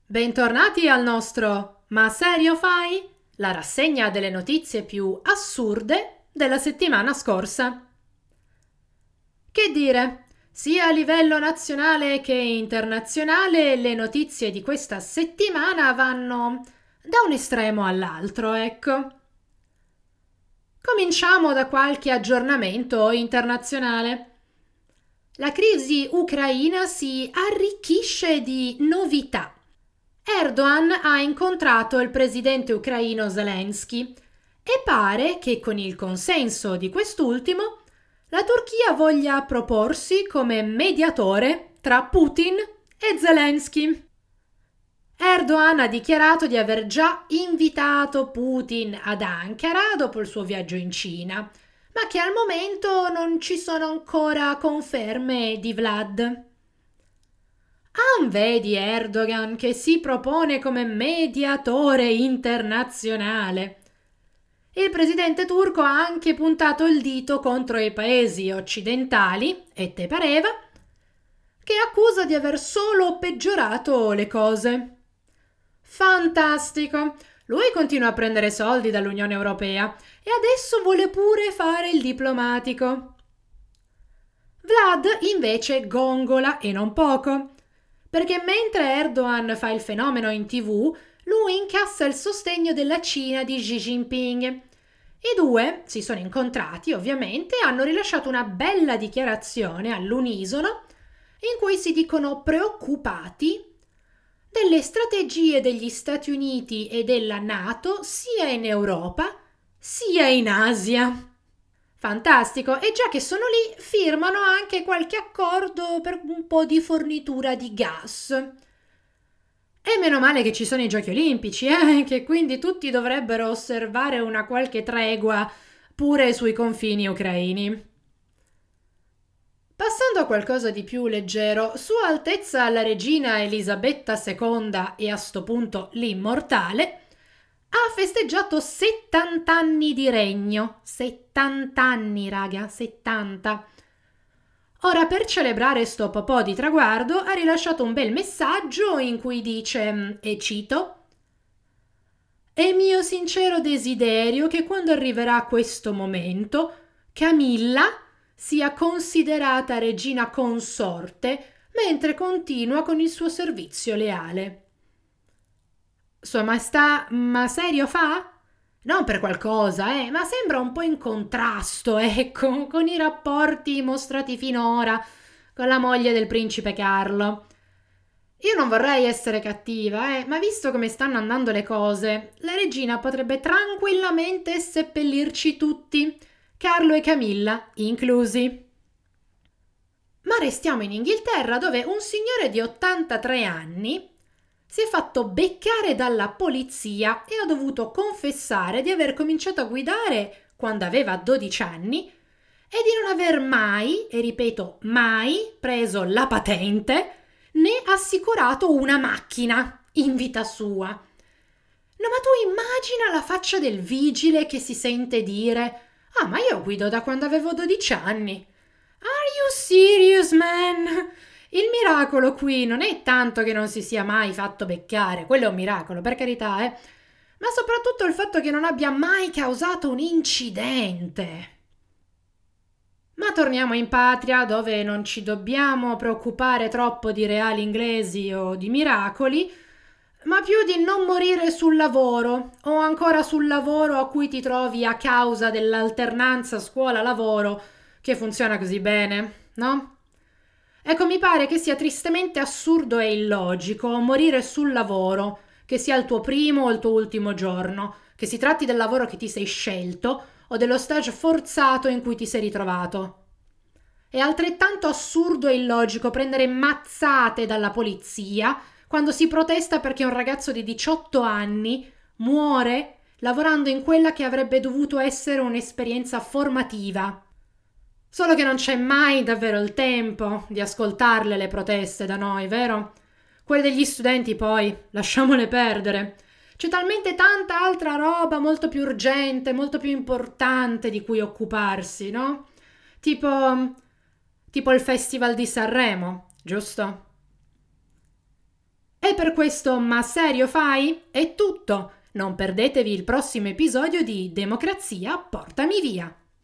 Bentornati al nostro Ma serio fai? La rassegna delle notizie più assurde della settimana scorsa. Che dire? Sia a livello nazionale che internazionale le notizie di questa settimana vanno da un estremo all'altro, ecco. Cominciamo da qualche aggiornamento internazionale. La crisi ucraina si arricchisce di novità. Erdogan ha incontrato il presidente ucraino Zelensky e pare che con il consenso di quest'ultimo la Turchia voglia proporsi come mediatore tra Putin e Zelensky. Erdogan ha dichiarato di aver già invitato Putin ad Ankara dopo il suo viaggio in Cina, ma che al momento non ci sono ancora conferme di Vlad. Vedi Erdogan che si propone come mediatore internazionale. Il presidente turco ha anche puntato il dito contro i paesi occidentali, e te pareva, che accusa di aver solo peggiorato le cose. Fantastico! Lui continua a prendere soldi dall'Unione Europea e adesso vuole pure fare il diplomatico. Vlad invece gongola e non poco, perché mentre Erdogan fa il fenomeno in TV, lui incassa il sostegno della Cina di Xi Jinping. I due si sono incontrati, ovviamente, e hanno rilasciato una bella dichiarazione all'unisono in cui si dicono preoccupati delle strategie degli Stati Uniti e della NATO sia in Europa sia in Asia. Fantastico, e già che sono lì firmano anche qualche accordo per un po' di fornitura di gas. E meno male che ci sono i Giochi Olimpici, che quindi tutti dovrebbero osservare una qualche tregua pure sui confini ucraini. Passando a qualcosa di più leggero, Sua Altezza la Regina Elisabetta II e a sto punto l'immortale ha festeggiato 70 anni di regno. 70 anni, raga, 70. Ora, per celebrare sto popò di traguardo, ha rilasciato un bel messaggio in cui dice, e cito: «È mio sincero desiderio che quando arriverà questo momento, Camilla sia considerata regina consorte mentre continua con il suo servizio leale». Sua Maestà, ma serio fa? Non per qualcosa, ma sembra un po' in contrasto, ecco, con i rapporti mostrati finora con la moglie del principe Carlo. Io non vorrei essere cattiva, ma visto come stanno andando le cose, la regina potrebbe tranquillamente seppellirci tutti, Carlo e Camilla inclusi. Ma restiamo in Inghilterra, dove un signore di 83 anni si è fatto beccare dalla polizia e ha dovuto confessare di aver cominciato a guidare quando aveva 12 anni e di non aver mai, e ripeto mai, preso la patente né assicurato una macchina in vita sua. No, ma tu immagina la faccia del vigile che si sente dire: «Ah, ma io guido da quando avevo 12 anni». Are you serious, man? Il miracolo qui non è tanto che non si sia mai fatto beccare, quello è un miracolo, per carità, ma soprattutto il fatto che non abbia mai causato un incidente. Ma torniamo in patria, dove non ci dobbiamo preoccupare troppo di reali inglesi o di miracoli, ma più di non morire sul lavoro o ancora sul lavoro a cui ti trovi a causa dell'alternanza scuola-lavoro che funziona così bene, no? Ecco, mi pare che sia tristemente assurdo e illogico morire sul lavoro, che sia il tuo primo o il tuo ultimo giorno, che si tratti del lavoro che ti sei scelto o dello stage forzato in cui ti sei ritrovato. È altrettanto assurdo e illogico prendere mazzate dalla polizia quando si protesta perché un ragazzo di 18 anni muore lavorando in quella che avrebbe dovuto essere un'esperienza formativa. Solo che non c'è mai davvero il tempo di ascoltarle le proteste da noi, vero? Quelle degli studenti poi, lasciamole perdere. C'è talmente tanta altra roba molto più urgente, molto più importante di cui occuparsi, no? Tipo il Festival di Sanremo, giusto? E per questo Ma serio fai? È tutto! Non perdetevi il prossimo episodio di Democrazia, portami via!